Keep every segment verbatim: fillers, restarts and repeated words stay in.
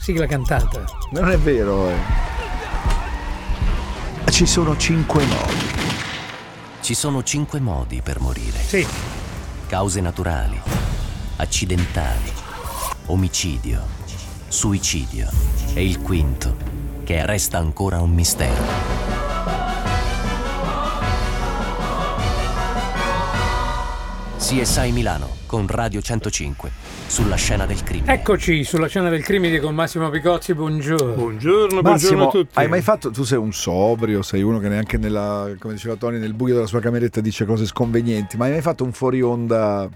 sigla cantata. Non è vero, eh. Ci sono cinque modi. Ci sono cinque modi per morire. Sì. Cause naturali, accidentali, omicidio, suicidio e il quinto, che resta ancora un mistero. C S I Milano con Radio centocinque sulla scena del crimine. Eccoci sulla scena del crimine con Massimo Picozzi, buongiorno. Buongiorno, Massimo, buongiorno a tutti. Hai mai fatto, tu sei un sobrio, sei uno che neanche nella, come diceva Tony, nel buio della sua cameretta dice cose sconvenienti, ma hai mai fatto un fuori onda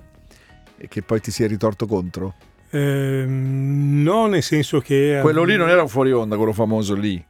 che poi ti sia ritorto contro? Eh, no, nel senso che... Quello lì non era un fuori onda, quello famoso lì.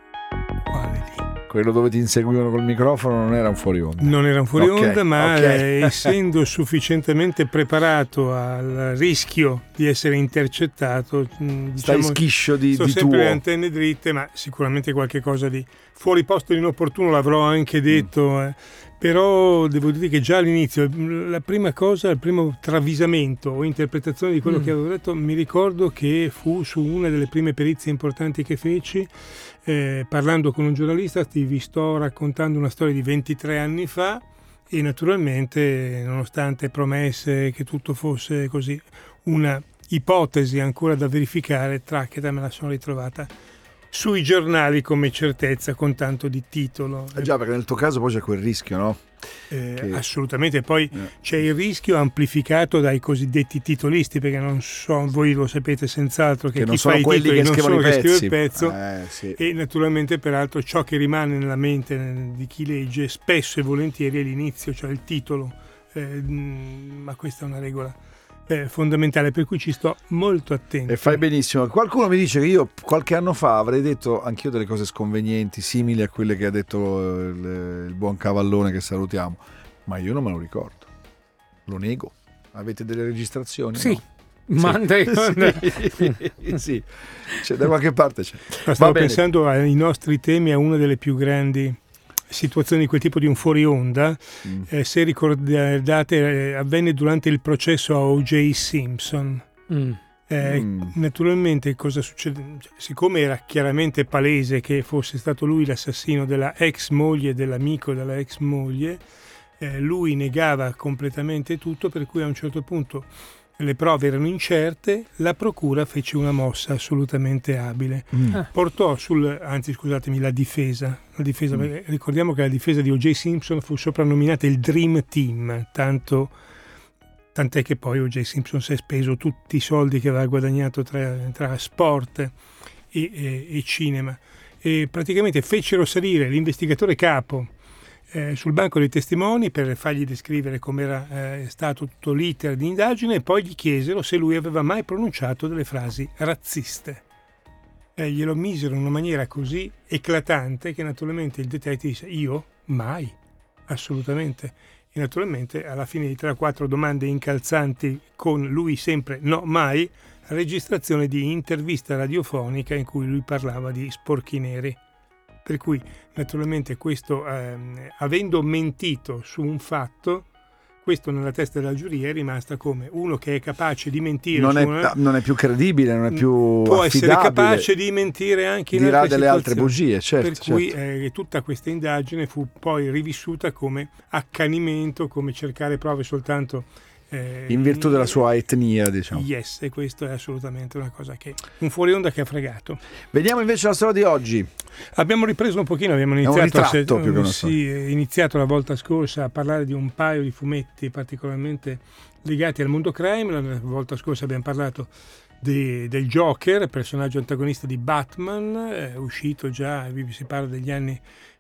Quale lì? Quello dove ti inseguivano col microfono non era un fuori onda. Non era un fuori Okay, onda, ma okay. eh, essendo sufficientemente preparato al rischio di essere intercettato, mh, Stai diciamo, schiscio di, sto di sempre tuo. le antenne dritte, ma sicuramente qualche cosa di fuori posto e inopportuno l'avrò anche detto. Mm. Eh. Però devo dire che già all'inizio, la prima cosa, il primo travisamento o interpretazione di quello Mm. che avevo detto, mi ricordo che fu su una delle prime perizie importanti che feci, eh, parlando con un giornalista, ti vi sto raccontando una storia di ventitré anni fa e naturalmente, nonostante promesse che tutto fosse così, una ipotesi ancora da verificare, traccheta me la sono ritrovata sui giornali come certezza con tanto di titolo. Eh già, perché nel tuo caso poi c'è quel rischio, no? Eh, che- Assolutamente, poi Eh. c'è il rischio amplificato dai cosiddetti titolisti, perché non so, voi lo sapete senz'altro che, Che non chi fa sono i quelli titoli che non scrivono sono i che scrive pezzi. il pezzo. Eh, sì. E naturalmente peraltro ciò che rimane nella mente eh, di chi legge spesso e volentieri è l'inizio, cioè il titolo, eh, mh, ma questa è una regola eh, fondamentale, per cui ci sto molto attento. E fai benissimo. Qualcuno mi dice che io qualche anno fa avrei detto anch'io delle cose sconvenienti, simili a quelle che ha detto il, il buon Cavallone, che salutiamo, ma io non me lo ricordo. Lo nego. Avete delle registrazioni? Sì. No? Manda Sì, sì. C'è, da qualche parte c'è. Ma stavo Va bene. pensando ai nostri temi, a una delle più grandi situazioni di quel tipo di un fuori onda. Mm. Eh, se ricordate, eh, avvenne durante il processo a O J Simpson. Mm. Eh, Mm. Naturalmente cosa succede? Cioè, siccome era chiaramente palese che fosse stato lui l'assassino della ex moglie, dell'amico della ex moglie, eh, lui negava completamente tutto, per cui a un certo punto le prove erano incerte, la procura fece una mossa assolutamente abile. Mm. Ah. Portò sul, anzi scusatemi, la difesa, la difesa Mm. perché ricordiamo che la difesa di O J Simpson fu soprannominata il Dream Team, tanto, tant'è che poi O J Simpson si è speso tutti i soldi che aveva guadagnato tra, tra sport e, e- e cinema, e praticamente fecero salire l'investigatore capo eh, sul banco dei testimoni per fargli descrivere com'era eh, stato tutto l'iter di indagine, e poi gli chiesero se lui aveva mai pronunciato delle frasi razziste. Eh, glielo misero in una maniera così eclatante che naturalmente il detective disse: io? Mai, assolutamente. E naturalmente alla fine di tre o quattro domande incalzanti con lui sempre no, mai, registrazione di intervista radiofonica in cui lui parlava di sporchi neri. Per cui naturalmente questo, ehm, avendo mentito su un fatto, questo nella testa della giuria è rimasta come uno che è capace di mentire Non su è, una... non è più credibile, non è più può essere affidabile. capace di mentire anche in dirà altre delle altre situazioni. bugie, certo. Per cui certo. eh, tutta questa indagine fu poi rivissuta come accanimento, come cercare prove soltanto eh, In virtù della sua etnia, diciamo. Yes, e questo è assolutamente una cosa che un fuori onda che ha fregato. Vediamo invece la storia di oggi. Abbiamo ripreso un pochino, abbiamo un iniziato, ritratto a, più che una sì, iniziato la volta scorsa a parlare di un paio di fumetti particolarmente legati al mondo crime. La volta scorsa abbiamo parlato di, del Joker, personaggio antagonista di Batman, è uscito già, si parla degli anni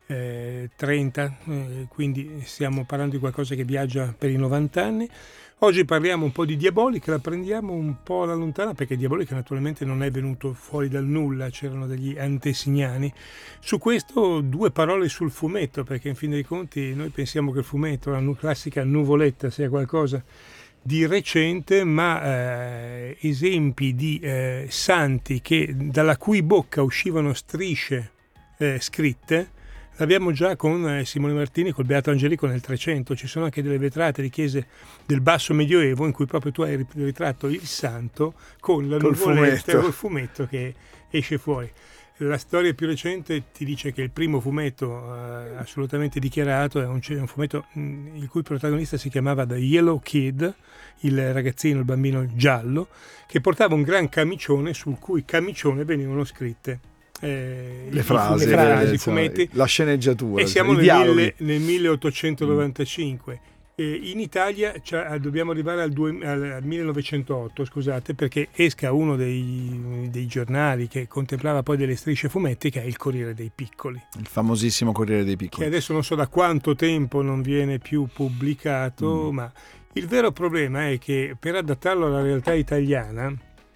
eh, trenta, eh, quindi stiamo parlando di qualcosa che viaggia per i novanta anni. Oggi parliamo un po' di Diabolica, la prendiamo un po' alla lontana, perché Diabolica naturalmente non è venuto fuori dal nulla, c'erano degli antesignani. Su questo due parole sul fumetto, perché in fin dei conti noi pensiamo che il fumetto, la nu- classica nuvoletta, sia qualcosa di recente, ma eh, esempi di eh, santi che, dalla cui bocca uscivano strisce eh, scritte, L'abbiamo già con Simone Martini, col Beato Angelico nel trecento. Ci sono anche delle vetrate di chiese del basso medioevo in cui proprio tu hai ritratto il santo con la Col nuvoletta e fumetto. col fumetto che esce fuori. La storia più recente ti dice che il primo fumetto eh, assolutamente dichiarato è un, un fumetto mh, il cui protagonista si chiamava The Yellow Kid, il ragazzino, il bambino giallo, che portava un gran camicione sul cui camicione venivano scritte eh, Le i, frasi, le frasi, le- i fumetti. la sceneggiatura, E siamo i nel, dialoghi. mille- nel milleottocentonovantacinque. Eh, in Italia cioè, dobbiamo arrivare al, due, al, al millenovecentotto, scusate, perché esca uno dei, dei giornali che contemplava poi delle strisce fumetti, che è il Corriere dei Piccoli, Il famosissimo Corriere dei che Piccoli. adesso non so da quanto tempo non viene più pubblicato, Mm. ma il vero problema è che per adattarlo alla realtà italiana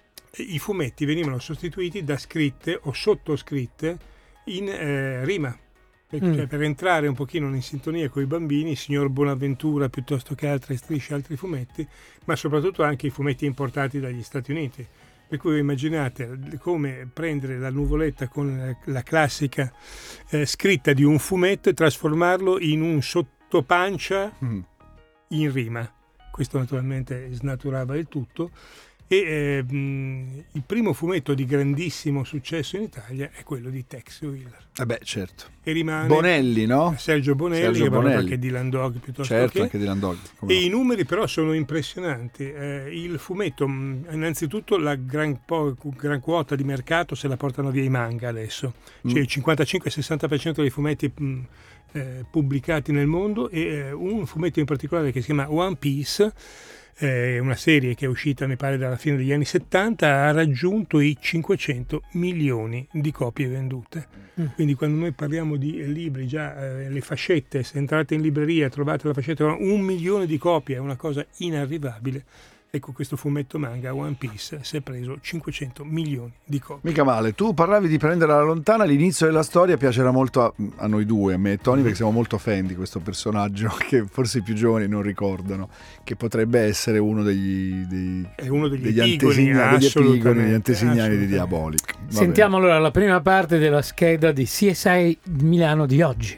i fumetti venivano sostituiti da scritte o sottoscritte in eh, rima. Mm. Cioè, per entrare un pochino in sintonia con i bambini, il signor Bonaventura piuttosto che altre strisce, altri fumetti, ma soprattutto anche i fumetti importati dagli Stati Uniti. Per cui immaginate come prendere la nuvoletta con la classica eh, scritta di un fumetto e trasformarlo in un sottopancia Mm. in rima. Questo naturalmente snaturava il tutto. E eh, mh, il primo fumetto di grandissimo successo in Italia è quello di Tex Willer. Eh beh, certo. E rimane Bonelli, no? Sergio Bonelli, Sergio che parla Bonelli. anche di Landog piuttosto Certo, che. anche di Landog. come E no. i numeri però sono impressionanti. Eh, il fumetto, mh, innanzitutto la gran, po- gran quota di mercato se la portano via i manga adesso. Cioè Mm. il cinquantacinque sessanta per cento dei fumetti mh, eh, pubblicati nel mondo, e eh, un fumetto in particolare che si chiama One Piece, eh, una serie che è uscita mi pare dalla fine degli anni settanta, ha raggiunto i cinquecento milioni di copie vendute. Mm. Quindi quando noi parliamo di libri, già eh, le fascette, se entrate in libreria e trovate la fascetta con un milione di copie, è una cosa inarrivabile. Ecco, questo fumetto manga One Piece si è preso cinquecento milioni di copie. Mica male. Tu parlavi di prendere alla lontana. L'inizio della storia piacerà molto a, a noi due, a me e Tony, perché siamo molto fan di questo personaggio che forse i più giovani non ricordano, che potrebbe essere uno degli, dei, È uno degli, degli epigoni, antesignani, degli epigoni, assolutamente, degli antesignani di assolutamente. Diabolic. Va Sentiamo allora la prima parte della scheda di C S I Milano di oggi.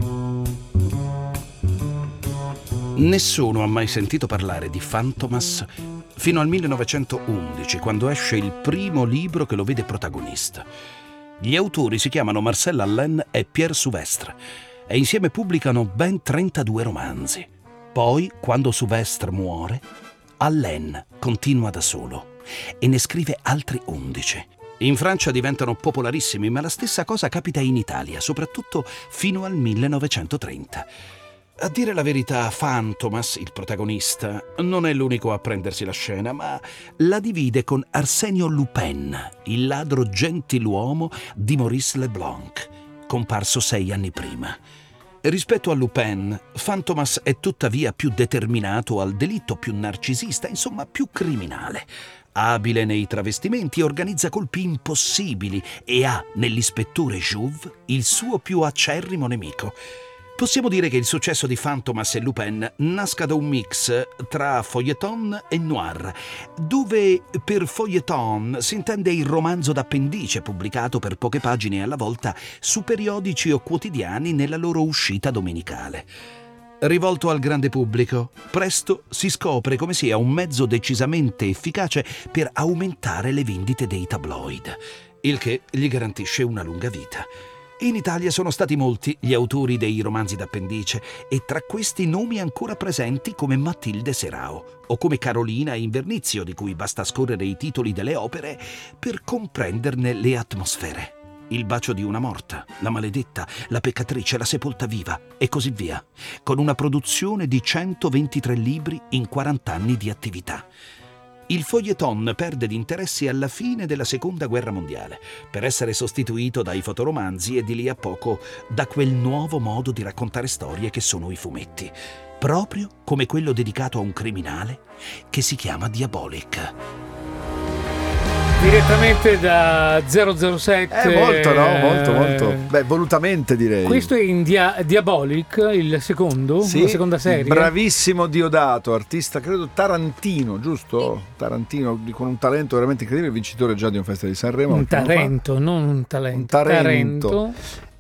Nessuno ha mai sentito parlare di Fantomas fino al millenovecentoundici, quando esce il primo libro che lo vede protagonista. Gli autori si chiamano Marcel Allen e Pierre Souvestre e insieme pubblicano ben trentadue romanzi. Poi, quando Souvestre muore, Allen continua da solo e ne scrive altri undici. In Francia diventano popolarissimi, ma la stessa cosa capita in Italia, soprattutto fino al millenovecentotrenta. A dire la verità, Fantomas, il protagonista, non è l'unico a prendersi la scena, ma la divide con Arsenio Lupin, il ladro gentiluomo di Maurice Leblanc, comparso sei anni prima. Rispetto a Lupin, Fantomas è tuttavia più determinato al delitto, più narcisista, insomma più criminale. Abile nei travestimenti, organizza colpi impossibili e ha nell'ispettore Jouve il suo più acerrimo nemico. Possiamo dire che il successo di Fantomas e Lupin nasca da un mix tra feuilleton e noir, dove per feuilleton si intende il romanzo d'appendice pubblicato per poche pagine alla volta su periodici o quotidiani nella loro uscita domenicale. Rivolto al grande pubblico, presto si scopre come sia un mezzo decisamente efficace per aumentare le vendite dei tabloid, il che gli garantisce una lunga vita. In Italia sono stati molti gli autori dei romanzi d'appendice e tra questi nomi ancora presenti come Matilde Serao o come Carolina Invernizio, di cui basta scorrere i titoli delle opere per comprenderne le atmosfere. Il bacio di una morta, La maledetta, La peccatrice, La sepolta viva e così via, con una produzione di centoventitré libri in quaranta anni di attività. Il feuilleton perde di interessi alla fine della Seconda Guerra Mondiale, per essere sostituito dai fotoromanzi e di lì a poco da quel nuovo modo di raccontare storie che sono i fumetti, proprio come quello dedicato a un criminale che si chiama Diabolic. Direttamente da zero zero sette. Eh, molto, no? Molto, molto. Beh, volutamente direi. Questo è in dia- Diabolic, il secondo, Sì, la seconda serie. Bravissimo Diodato, artista credo tarantino, giusto? Tarantino di- con un talento veramente incredibile, vincitore già di un festival di Sanremo. Un qualche anno fa. talento, non un talento. Un Tarento.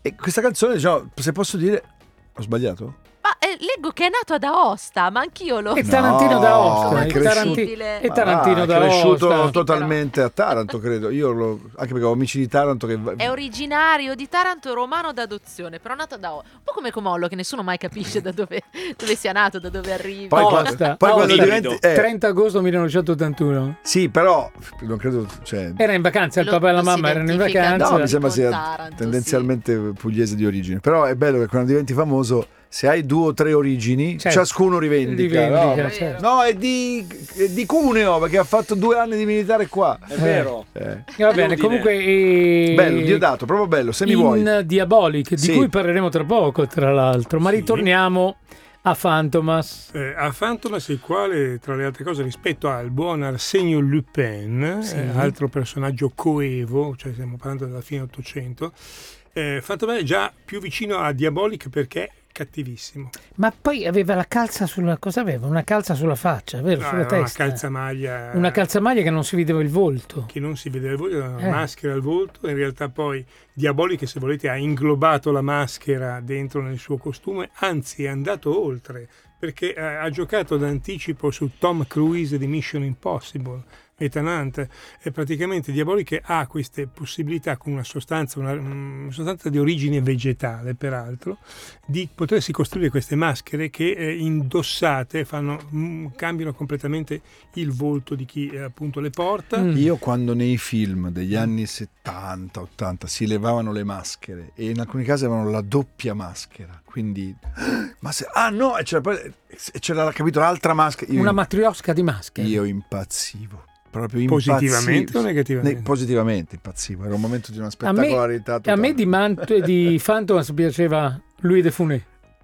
E questa canzone, diciamo, se posso dire, ho sbagliato? Ma eh, leggo che è nato ad Aosta, ma anch'io lo E Tarantino No, d'Aosta. è E cresciuto- Taranti- e Ma Tarantino Ah, è cresciuto d'Aosta. totalmente a Taranto, credo. Io lo, anche perché ho amici di Taranto che È originario di Taranto, romano d'adozione, però nato da Aosta. Un po' come Comollo, che nessuno mai capisce da dove, dove sia nato, da dove arrivi. Poi, Aosta, quando, poi quando Aosta. diventi eh, trenta agosto millenovecentottantuno. sì, però non credo, cioè, Era in vacanza, il Lo- papà e la lo si mamma erano in identifica vacanza. no, mi sembra con sia Taranto, tendenzialmente pugliese di origine. Però è bello che quando diventi famoso, se hai due o tre origini, Certo. ciascuno rivendica. Rivendica, no? certo. No, è di, è di Cuneo, perché ha fatto due anni di militare qua. È vero. Eh. Va bene, Udine. comunque eh, Bello, Diodato, proprio bello, se mi in vuoi. Diabolic, di Sì. cui parleremo tra poco, tra l'altro, ma Sì. ritorniamo a Fantomas. Eh, a Fantomas, il quale, tra le altre cose, rispetto al buon Arsenio Lupin, Sì. eh, altro personaggio coevo, cioè stiamo parlando della fine Ottocento, eh, Fantomas è già più vicino a Diabolic perché è cattivissimo. Ma poi aveva la calza sulla... cosa aveva? Una calza sulla faccia, vero? No, sulla era una testa. calzamaglia Una calzamaglia che non si vedeva il volto. che non si vedeva il volto, era una Eh. maschera al volto. In realtà poi Diabolic, se volete, ha inglobato la maschera dentro nel suo costume, anzi è andato oltre, perché eh, ha giocato d'anticipo su Tom Cruise di Mission Impossible, Etanante, e praticamente Diabolic ha queste possibilità con una sostanza, una, una sostanza di origine vegetale peraltro, di potersi costruire queste maschere che eh, indossate fanno, mh, cambiano completamente il volto di chi eh, appunto le porta. Mm. Io quando nei film degli anni settanta ottanta si levavano le maschere e in alcuni casi avevano la doppia maschera, quindi ma se, ah no, e c'era, poi, e c'era capito l'altra maschera, io, Una matriosca di maschere. io impazzivo proprio impazzivo. Positivamente o negativamente? Ne- positivamente impazzivo, era un momento di una A me, spettacolarità a totale. me di, Mant- di Fantomas piaceva Louis de Funès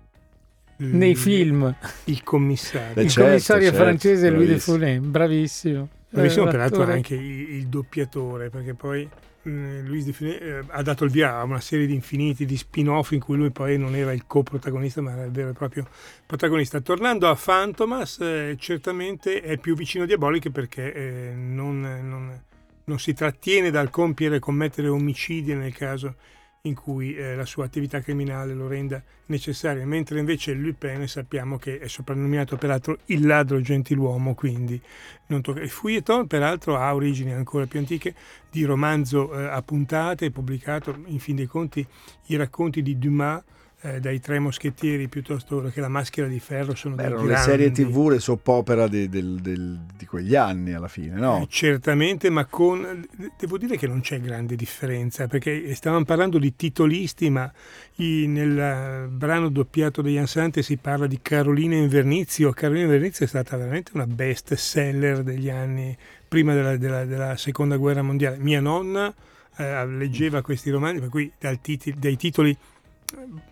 Mm, nei film. il commissario. Beh, Il certo, commissario certo, francese Louis de bravissimo. Funès, bravissimo. Bravissimo, Eh, peraltro l'attore. anche il, il doppiatore, perché poi mh, Louis de Funès eh, ha dato il via a una serie di infiniti di spin-off in cui lui poi non era il coprotagonista ma era il vero e proprio protagonista. Tornando a Fantomas, eh, certamente è più vicino a Diabolic perché eh, non, non- non si trattiene dal compiere e commettere omicidi nel caso in cui eh, la sua attività criminale lo renda necessaria, mentre invece Lupin sappiamo che è soprannominato peraltro il ladro gentiluomo, quindi non tocca. Il Feuilleton peraltro ha origini ancora più antiche, di romanzo eh, a puntate, pubblicato in fin dei conti i racconti di Dumas, eh, dai Tre Moschettieri piuttosto che La Maschera di Ferro sono Beh, dei erano le grandi. serie tv, le soap opera di, del- del- di quegli anni alla fine, no? Eh, certamente, ma con devo dire che non c'è grande differenza, perché stavamo parlando di titolisti, ma i- nel eh, brano doppiato da Ian Sante si parla di Carolina Invernizio. Carolina Invernizio è stata veramente una best seller degli anni prima della, della- della seconda guerra mondiale. Mia nonna eh, leggeva questi romanzi, per cui dal titi- dai titoli eh,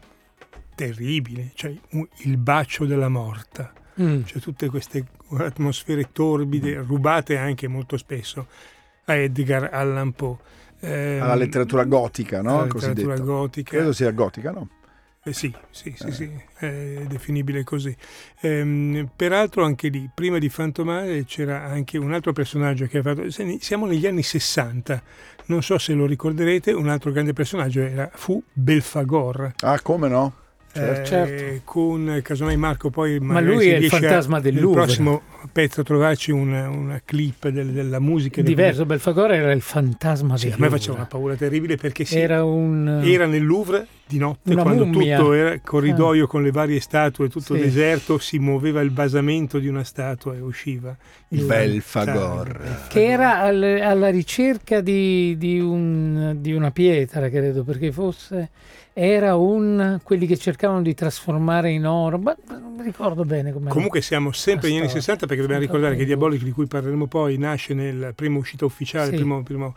terribili, cioè un- Il bacio della morta, Mm. cioè tutte queste atmosfere torbide, rubate anche molto spesso a Edgar Allan Poe. Ehm, Alla letteratura gotica, no? alla letteratura Cosiddetta. gotica. Credo sia gotica, no? Eh sì, sì, sì, Eh. sì, è definibile così. Ehm, peraltro anche lì, prima di Fantomare c'era anche un altro personaggio che ha fatto, se- siamo negli anni sessanta, non so se lo ricorderete, un altro grande personaggio era, fu Belfagor. Ah, come no? Certo. Eh, certo. Con casomai Marco poi Ma magari lui se è il riesce a- fantasma del nel Louvre. prossimo pezzo a trovarci una, una clip del- della musica Diverso, Belfagor era il fantasma sì, del a me Louvre. faceva una paura terribile perché sì, Era un... era nel Louvre di notte Una quando mummia. tutto era corridoio con le varie statue, tutto Sì. deserto, si muoveva il basamento di una statua e usciva il Belfagor. fantasma. che era al- alla ricerca di, di un- di una pietra, credo, perché fosse era un quelli che cercavano di trasformare in oro, ma ma non mi ricordo bene come. Comunque siamo sempre negli anni storia. sessanta perché dobbiamo ricordare che Diabolic, di cui parleremo poi, nasce nel primo uscita ufficiale, Sì. il primo, primo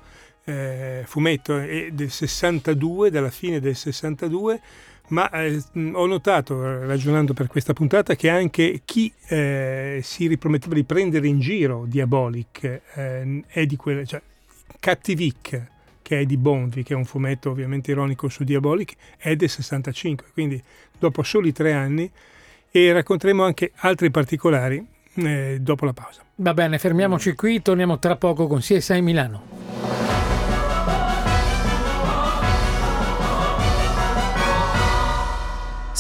eh, fumetto è del sessantadue, dalla fine del sessantadue, ma eh, mh, ho notato, eh, ragionando per questa puntata, che anche chi eh, si riprometteva di prendere in giro Diabolic eh, è di quelle, cioè Cattivic, che è di Bonvi, che è un fumetto ovviamente ironico su Diabolic, è del sessantacinque, quindi dopo soli tre anni, e racconteremo anche altri particolari eh, dopo la pausa. Va bene, fermiamoci qui, torniamo tra poco con C S I Milano.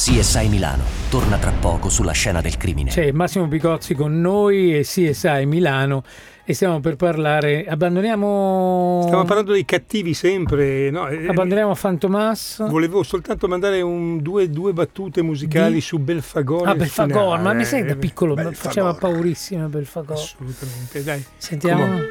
C S I Milano torna tra poco sulla scena del crimine. C'è Massimo Picozzi con noi e C S I Milano e stiamo per parlare. Abbandoniamo. Stiamo parlando dei cattivi sempre. No? Abbandoniamo Fantomas. Volevo soltanto mandare un, due, due battute musicali Di... su Belfagor. Ah, Belfagor, finale. ma mi sai da piccolo Belfagor. faceva paurissima Belfagor. Assolutamente, dai. Sentiamo. Come...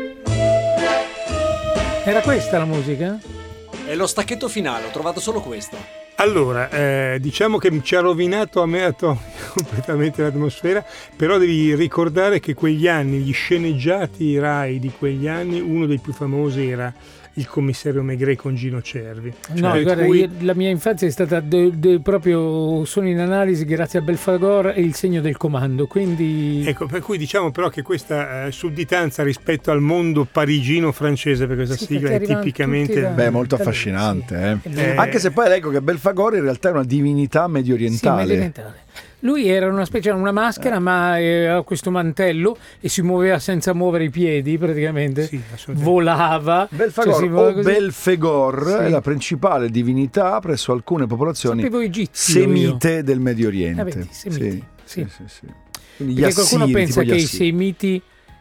Era questa la musica? È lo stacchetto finale, ho trovato solo questo. Allora, eh, diciamo che ci ha rovinato a me a Tony completamente l'atmosfera, però devi ricordare che quegli anni, gli sceneggiati Rai di quegli anni, uno dei più famosi era Il commissario Maigret con Gino Cervi. No, Cioè, guarda, cui... io, la mia infanzia è stata de, de, proprio sono in analisi grazie a Belfagor e Il segno del comando, quindi... Ecco, per cui diciamo però che questa eh, sudditanza rispetto al mondo parigino francese, per questa Sì, sigla perché è arrivano tipicamente... tutti da- Beh, molto da- affascinante, sì. eh. Eh, Anche se poi leggo che Belfagor in realtà è una divinità medio Sì, orientale. medio orientale. Lui era una specie, una maschera, ma eh, aveva questo mantello e si muoveva senza muovere i piedi praticamente. Sì, assolutamente. Volava. Belfagor cioè, si muoveva o così. Belfegor Sì. è la principale divinità presso alcune popolazioni Sapevo egizio semite io. del Medio Oriente. Ah, vedi, semiti, Sì, sì. sì, sì, sì. Quindi gli Perché qualcuno assiri, pensa tipo che gli i assiri. semiti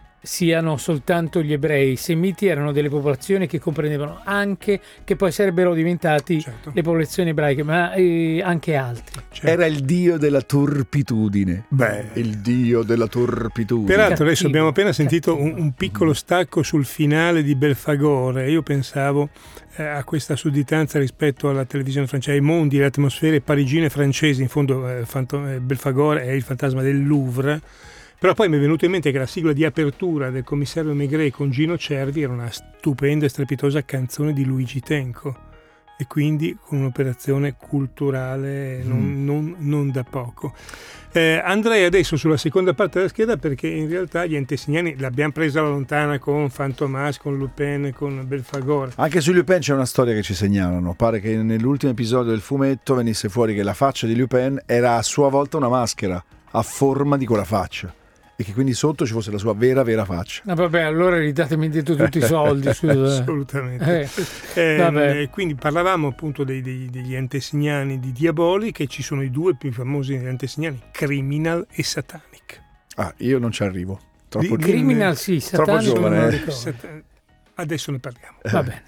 siano soltanto gli ebrei. I semiti erano delle popolazioni che comprendevano anche, che poi sarebbero diventati Certo. le popolazioni ebraiche, ma eh, anche altri. Certo. Era il dio della turpitudine. Beh. Il dio della turpitudine. Peraltro adesso Cattivo, abbiamo appena sentito un, cattivo. un piccolo stacco sul finale di Belfagor e io pensavo eh, a questa sudditanza rispetto alla televisione francese, ai mondi, alle atmosfere parigine francesi. In fondo eh, Fanto- eh, Belfagor è il fantasma del Louvre, però poi mi è venuto in mente che la sigla di apertura del commissario Maigret con Gino Cervi era una stupenda e strepitosa canzone di Luigi Tenco e quindi con un'operazione culturale non, Mm. non- non da poco. Eh, andrei adesso sulla seconda parte della scheda perché in realtà gli antesignani l'abbiamo presa alla lontana con Fantomas, con Lupin, con Belfagor. Anche su Lupin c'è una storia che ci segnalano. Pare che nell'ultimo episodio del fumetto venisse fuori che la faccia di Lupin era a sua volta una maschera a forma di quella faccia e che quindi sotto ci fosse la sua vera vera faccia. Ah, vabbè, allora ridatemi indietro tutti i soldi. Scusa. Assolutamente. Eh, Eh, vabbè. eh, quindi parlavamo appunto dei, dei- degli antesignani di Diabolic e ci sono i due più famosi degli antesignani, Criminal e Satanic. Ah, io non ci arrivo. Troppo Di- Criminal sì, Troppo Satanico non giovane, lo eh. ricordo. Sat- Adesso ne parliamo. Va bene.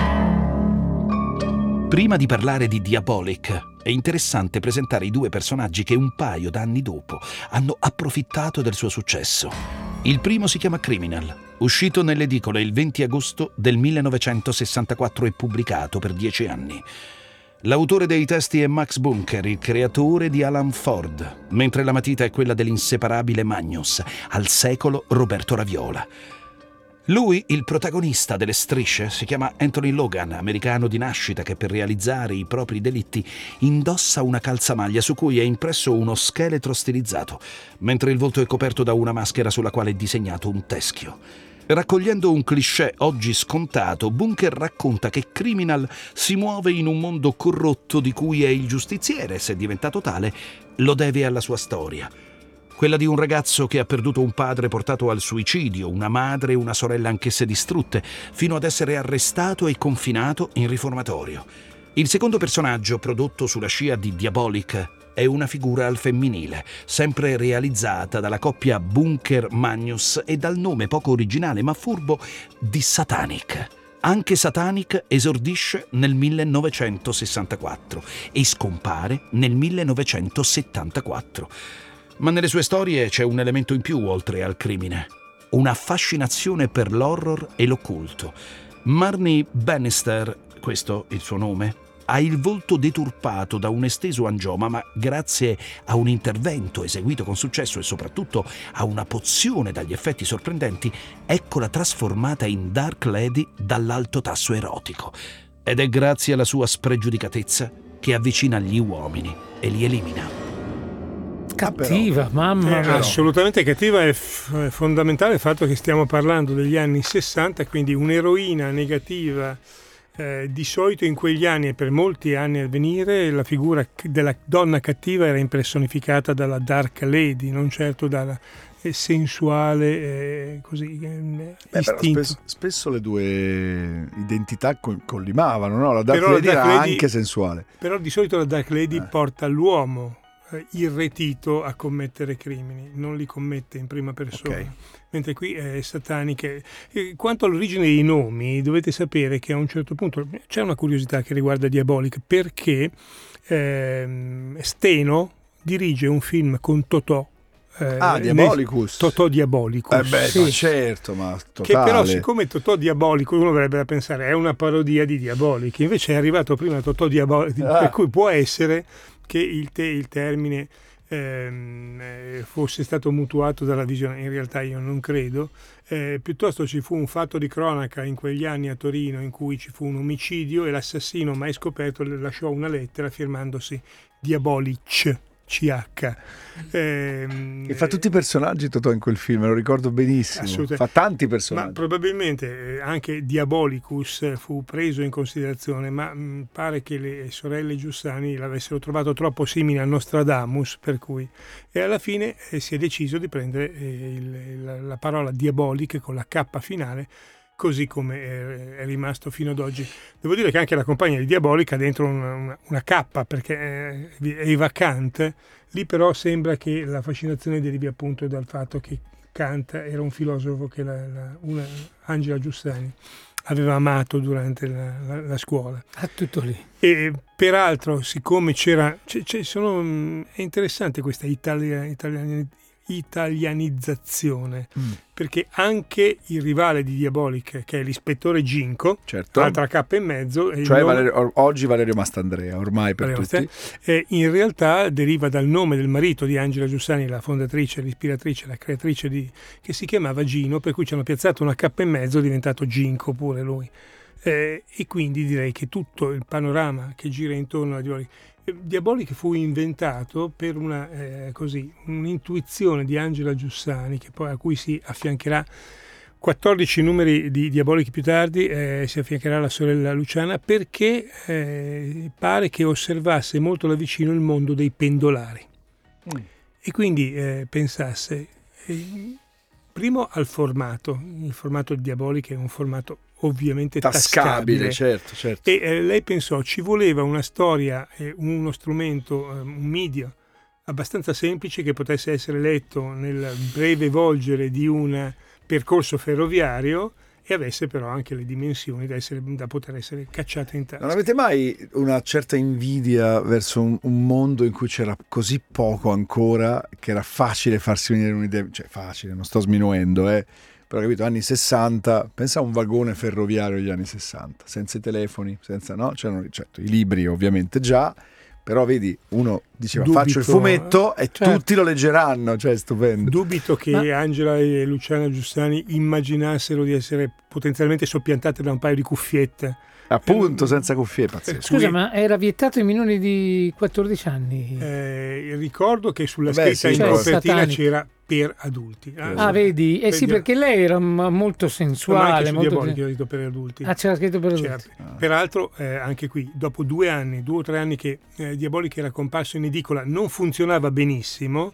Prima di parlare di Diabolic, è interessante presentare i due personaggi che un paio d'anni dopo hanno approfittato del suo successo. Il primo si chiama Criminal, uscito nelle edicole il venti agosto del millenovecentosessantaquattro e pubblicato per dieci anni. L'autore dei testi è Max Bunker, il creatore di Alan Ford, mentre la matita è quella dell'inseparabile Magnus, al secolo Roberto Raviola. Lui, il protagonista delle strisce, si chiama Anthony Logan, americano di nascita che per realizzare i propri delitti indossa una calzamaglia su cui è impresso uno scheletro stilizzato, mentre il volto è coperto da una maschera sulla quale è disegnato un teschio. Raccogliendo un cliché oggi scontato, Bunker racconta che Criminal si muove in un mondo corrotto di cui è il giustiziere, se è diventato tale, lo deve alla sua storia. Quella di un ragazzo che ha perduto un padre portato al suicidio, una madre e una sorella anch'esse distrutte, fino ad essere arrestato e confinato in riformatorio. Il secondo personaggio, prodotto sulla scia di Diabolic, è una figura al femminile, sempre realizzata dalla coppia Bunker-Magnus e dal nome poco originale ma furbo di Satanic. Anche Satanic esordisce nel millenovecentosessantaquattro e scompare nel millenovecentosettantaquattro. Ma nelle sue storie c'è un elemento in più oltre al crimine, una fascinazione per l'horror e l'occulto. Marnie Bannister, questo il suo nome, ha il volto deturpato da un esteso angioma, ma grazie a un intervento eseguito con successo e soprattutto a una pozione dagli effetti sorprendenti, eccola trasformata in Dark Lady dall'alto tasso erotico. Ed è grazie alla sua spregiudicatezza che avvicina gli uomini e li elimina. Cattiva, mamma Eh, mia. assolutamente cattiva, è, f- è fondamentale il fatto che stiamo parlando degli anni sessanta, quindi un'eroina negativa Eh, di solito in quegli anni e per molti anni a venire la figura della donna cattiva era impersonificata dalla Dark Lady, non certo dalla eh, sensuale eh, così eh, Beh, istinto. spesso, spesso le due identità co- collimavano, no? La Dark Però la Lady Dark era Lady- anche sensuale. Però di solito la Dark Lady Eh. porta l'uomo eh, irretito a commettere crimini, non li commette in prima persona. Ok. Mentre qui è satanica. Eh, Quanto all'origine dei nomi, dovete sapere che a un certo punto c'è una curiosità che riguarda Diabolic, perché ehm, Steno dirige un film con Totò. eh, Ah, nel- Diabolicus. Totò Diabolicus. Eh beh, Sì. ma certo, ma totale. Che però siccome Totò Diabolico uno avrebbe da pensare è una parodia di Diabolic, invece è arrivato prima Totò Diabolico, Ah. per cui può essere che il, te- il termine ehm, eh, fosse stato mutuato dalla visione, in realtà io non credo. Eh, piuttosto ci fu un fatto di cronaca in quegli anni a Torino in cui ci fu un omicidio e l'assassino mai scoperto le lasciò una lettera firmandosi Diabolic. C H. Ehm, E fa tutti i personaggi Totò in quel film, me lo ricordo benissimo. Assolutamente. Fa tanti Ma personaggi. probabilmente eh, anche Diabolicus fu preso in considerazione, ma mh, pare che le sorelle Giussani l'avessero trovato troppo simile a Nostradamus, per cui e alla fine eh, si è deciso di prendere eh, il- la, la parola Diabolic con la K finale, così come è, è rimasto fino ad oggi. Devo dire che anche la compagnia di Diabolic ha dentro una, una, una K, perché è, è vacante. Lì però sembra che la fascinazione derivi appunto dal fatto che Kant era un filosofo che la, la, una, Angela Giussani aveva amato durante la, la, la scuola. Ah, tutto lì. E peraltro, siccome c'era, c'è, c'è- sono, mh, è interessante questa italia, italiani- italianizzazione, Mm. perché anche il rivale di Diabolic, che è l'ispettore Ginco, Certo. altra K e mezzo, e il Cioè nome- Valerio- or- oggi Valerio Mastandrea, ormai per Valerio tutti. eh, in realtà deriva dal nome del marito di Angela Giussani, la fondatrice, l'ispiratrice, la creatrice di, che si chiamava Gino, per cui ci hanno piazzato una K e mezzo, è diventato Ginco pure lui. Eh, e quindi direi che tutto il panorama che gira intorno a Diabolic, eh, Diabolic fu inventato per una eh, così, un'intuizione di Angela Giussani, che poi a cui si affiancherà quattordici numeri di Diabolic più tardi, eh, si affiancherà la sorella Luciana, perché eh, pare che osservasse molto da vicino il mondo dei pendolari. Mm. E quindi eh, pensasse eh, primo al formato, il formato di Diabolic è un formato ovviamente Tascabile, tascabile, certo, certo. e eh, lei pensò ci voleva una storia, eh, uno strumento, eh, un media abbastanza semplice che potesse essere letto nel breve volgere di un percorso ferroviario e avesse però anche le dimensioni da, essere, da poter essere cacciate in tasca. Non avete mai una certa invidia verso un, un mondo in cui c'era così poco ancora che era facile farsi venire un'idea? Cioè facile, non sto sminuendo, eh. Però capito, anni sessanta, pensa a un vagone ferroviario degli anni sessanta, senza i telefoni, senza, no? C'erano, certo, i libri ovviamente già, però vedi, uno diceva Dubito, faccio il fumetto e certo. tutti lo leggeranno, cioè è stupendo. Dubito che Ma- Angela e Luciana Giussani immaginassero di essere potenzialmente soppiantate da un paio di cuffiette. Appunto, Eh, senza cuffie, è pazzesco. Scusa, ma era vietato ai minori di quattordici anni? Eh, ricordo che sulla Beh, scritta sì, in cioè, copertina satanico. c'era per adulti. Ah, vedi? Eh sì, Vedi- perché lei era m- molto Ma sensuale. anche su molto... Diabolic ho detto per adulti. Ah, c'era scritto per C'era- adulti. Peraltro, eh, anche qui, dopo due anni, due o tre anni che eh, Diabolic era comparso in edicola, non funzionava benissimo.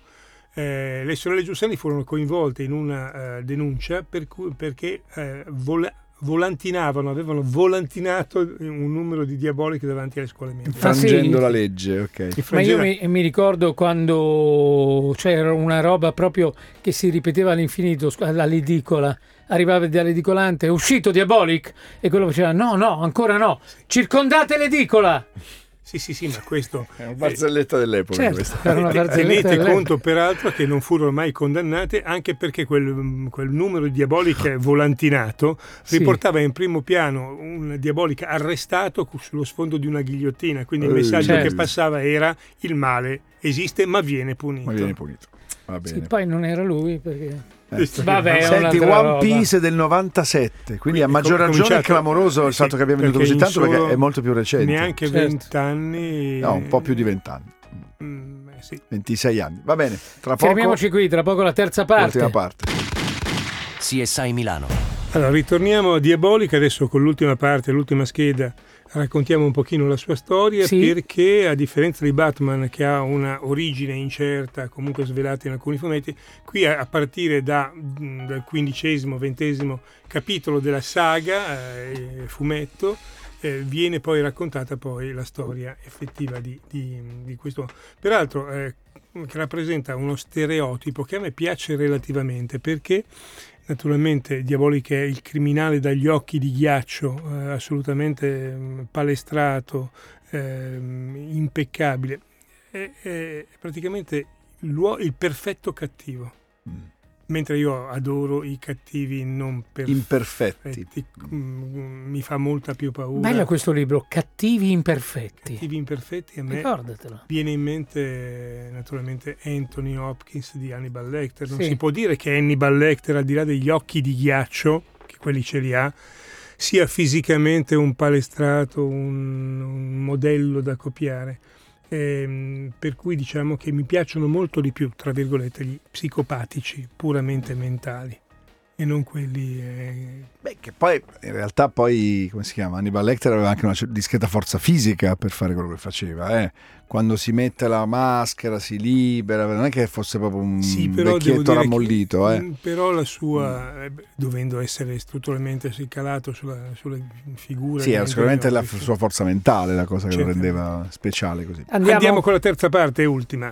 Eh, le sorelle Giussani furono coinvolte in una eh, denuncia per cui, perché eh, vol- volantinavano, avevano volantinato un numero di Diabolic davanti alle scuole medie. Infrangendo Ah, sì? la legge, ok. Mi Ma io frangeva- mi, mi ricordo quando c'era una roba proprio che si ripeteva all'infinito scu- all'edicola. Arrivava dall'edicolante, è uscito Diabolic, e quello faceva no, no, ancora no, circondate l'edicola. Sì, sì, sì, ma questo... È una barzelletta dell'epoca Certo, questa. era una barzelletta Tenete dell'epoca. conto peraltro che non furono mai condannate, anche perché quel, quel numero di Diabolic volantinato Sì. riportava in primo piano un Diabolic arrestato cu- sullo sfondo di una ghigliottina, quindi il Eh, messaggio certo. che passava era: il male esiste ma viene punito. Ma viene punito. Va Sì, bene. poi non era lui perché... Questo Vabbè, che- è Senti, un'altra One roba. Piece è del novantasette, quindi a Quindi maggior com- ragione è cominciato- clamoroso il sì, fatto che abbia venuto perché così in tanto, perché solo è molto più recente. Neanche Certo. vent'anni. No, un po' più di vent'anni, Mm, eh, sì. ventisei anni. Va bene, tra poco Fermiamoci qui, tra poco la terza parte. l'ultima parte. C S I Milano. Allora, ritorniamo a Diabolic adesso con l'ultima parte, l'ultima scheda. Raccontiamo un pochino la sua storia, sì. Perché a differenza di Batman, che ha una origine incerta, comunque svelata in alcuni fumetti, qui a, a partire da, dal quindicesimo, ventesimo capitolo della saga, eh, fumetto, eh, viene poi raccontata poi la storia effettiva di, di, di questo. Peraltro, eh, che rappresenta uno stereotipo che a me piace relativamente, perché naturalmente Diabolic è il criminale dagli occhi di ghiaccio, eh, assolutamente eh, palestrato, eh, impeccabile, è, è praticamente il perfetto cattivo. Mm. Mentre io adoro i cattivi non perfetti. Imperfetti. Mm, mi fa molta più paura. Bello questo libro, Cattivi imperfetti. Cattivi imperfetti, a me Ricordatelo. Viene in mente naturalmente Anthony Hopkins di Hannibal Lecter. Non sì. si può dire che Hannibal Lecter, al di là degli occhi di ghiaccio, che quelli ce li ha, sia fisicamente un palestrato, un, un modello da copiare. Eh, per cui diciamo che mi piacciono molto di più, tra virgolette, gli psicopatici puramente mentali e non quelli eh... beh, che poi in realtà poi come si chiama, Hannibal Lecter aveva anche una discreta forza fisica per fare quello che faceva, eh. Quando si mette la maschera si libera, non è che fosse proprio un sì, però vecchietto rammollito, che, eh. però la sua mm. dovendo essere strutturalmente calato sulla, sulle figure, sì, era sicuramente la f- sua forza mentale la cosa che certo. lo rendeva speciale così. Andiamo... Andiamo con la terza parte e ultima.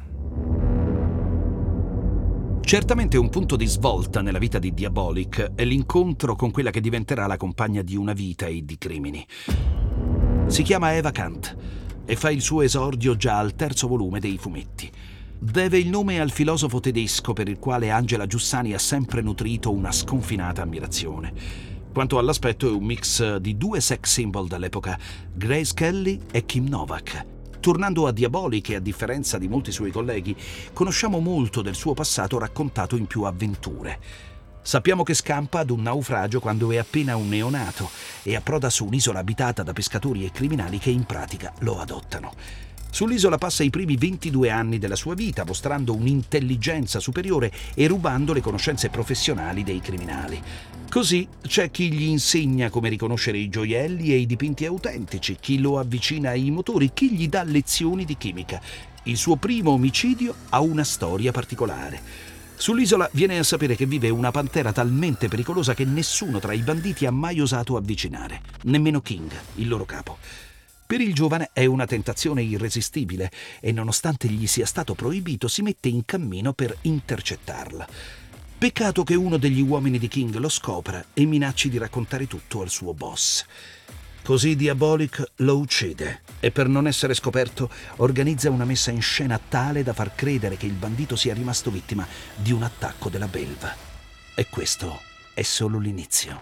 Certamente un punto di svolta nella vita di Diabolic è l'incontro con quella che diventerà la compagna di una vita e di crimini. Si chiama Eva Kant e fa il suo esordio già al terzo volume dei fumetti. Deve il nome al filosofo tedesco per il quale Angela Giussani ha sempre nutrito una sconfinata ammirazione. Quanto all'aspetto è un mix di due sex symbol dell'epoca, Grace Kelly e Kim Novak. Tornando a Diabolic, e a differenza di molti suoi colleghi, conosciamo molto del suo passato raccontato in più avventure. Sappiamo che scampa ad un naufragio quando è appena un neonato e approda su un'isola abitata da pescatori e criminali che in pratica lo adottano. Sull'isola passa i primi ventidue anni della sua vita, mostrando un'intelligenza superiore e rubando le conoscenze professionali dei criminali. Così c'è chi gli insegna come riconoscere i gioielli e i dipinti autentici, chi lo avvicina ai motori, chi gli dà lezioni di chimica. Il suo primo omicidio ha una storia particolare. Sull'isola viene a sapere che vive una pantera talmente pericolosa che nessuno tra i banditi ha mai osato avvicinare, nemmeno King, il loro capo. Per il giovane è una tentazione irresistibile e nonostante gli sia stato proibito si mette in cammino per intercettarla. Peccato che uno degli uomini di King lo scopra e minacci di raccontare tutto al suo boss. Così Diabolic lo uccide e per non essere scoperto organizza una messa in scena tale da far credere che il bandito sia rimasto vittima di un attacco della belva. E questo è solo l'inizio.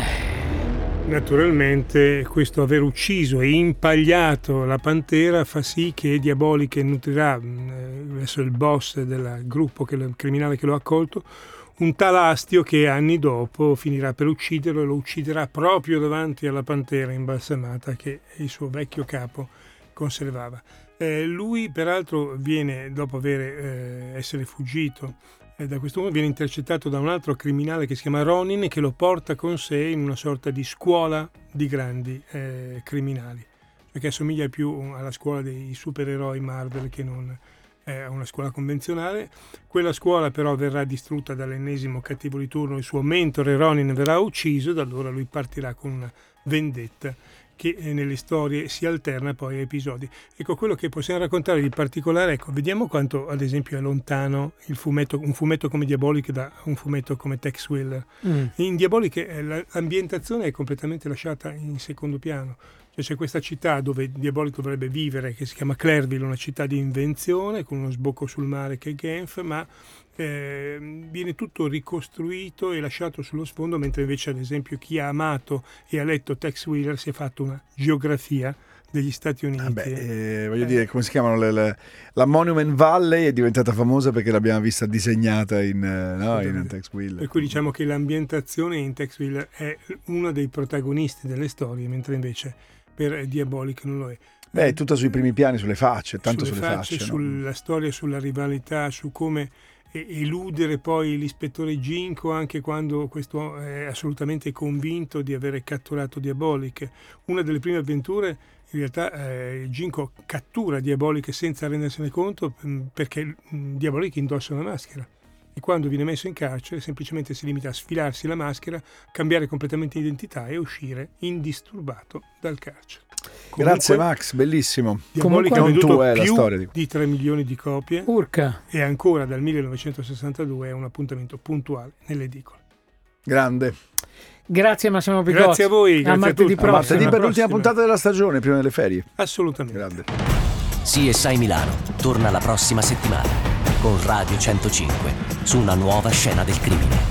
Naturalmente questo aver ucciso e impagliato la pantera fa sì che Diabolic nutrirà eh, verso il boss del gruppo che, il criminale che lo ha accolto un tal astio che anni dopo finirà per ucciderlo e lo ucciderà proprio davanti alla pantera imbalsamata che il suo vecchio capo conservava. Eh, lui peraltro viene, dopo aver, eh, essere fuggito eh, da questo uomo, viene intercettato da un altro criminale che si chiama Ronin, che lo porta con sé in una sorta di scuola di grandi eh, criminali, perché assomiglia più alla scuola dei supereroi Marvel che non a una scuola convenzionale. Quella scuola però verrà distrutta dall'ennesimo cattivo di turno, il suo mentore Ronin verrà ucciso, da allora lui partirà con una vendetta che nelle storie si alterna poi a episodi. Ecco, quello che possiamo raccontare di particolare, ecco, vediamo quanto ad esempio è lontano il fumetto, un fumetto come Diabolic da un fumetto come Tex Willer. Mm. In Diabolic l'ambientazione è completamente lasciata in secondo piano. Cioè, c'è questa città dove Diabolic dovrebbe vivere, che si chiama Clairville, una città di invenzione con uno sbocco sul mare che è Genf, ma eh, viene tutto ricostruito e lasciato sullo sfondo, mentre invece ad esempio chi ha amato e ha letto Tex Willer si è fatto una geografia degli Stati Uniti. Ah beh, eh, voglio eh. dire, come si chiamano le, le, la Monument Valley è diventata famosa perché l'abbiamo vista disegnata in, no, in Tex Willer. Per cui diciamo che l'ambientazione in Tex Willer è uno dei protagonisti delle storie, mentre invece per Diabolic non lo è. Beh, è tutta sui primi piani, sulle facce, tanto sulle, sulle facce, facce sulla no? storia, sulla rivalità, su come e eludere poi l'ispettore Ginko anche quando questo è assolutamente convinto di avere catturato Diabolik. Una delle prime avventure, in realtà eh, Ginko cattura Diabolik senza rendersene conto mh, perché mh, Diabolik indossa una maschera e quando viene messo in carcere semplicemente si limita a sfilarsi la maschera, cambiare completamente identità e uscire indisturbato dal carcere. Comunque, grazie Max, bellissimo. Diabolik ha Non venduto tu, è la più storia di... di tre milioni di copie. Urca. E ancora dal millenovecentosessantadue è un appuntamento puntuale nelle edicole. Grande. Grazie Massimo Picotti. Grazie a voi, A grazie a martedì tutti. prossimo. Martedì per l'ultima prossima. puntata della stagione, prima delle ferie. Assolutamente. Grande. C S I Milano torna la prossima settimana con Radio centocinque su una nuova scena del crimine.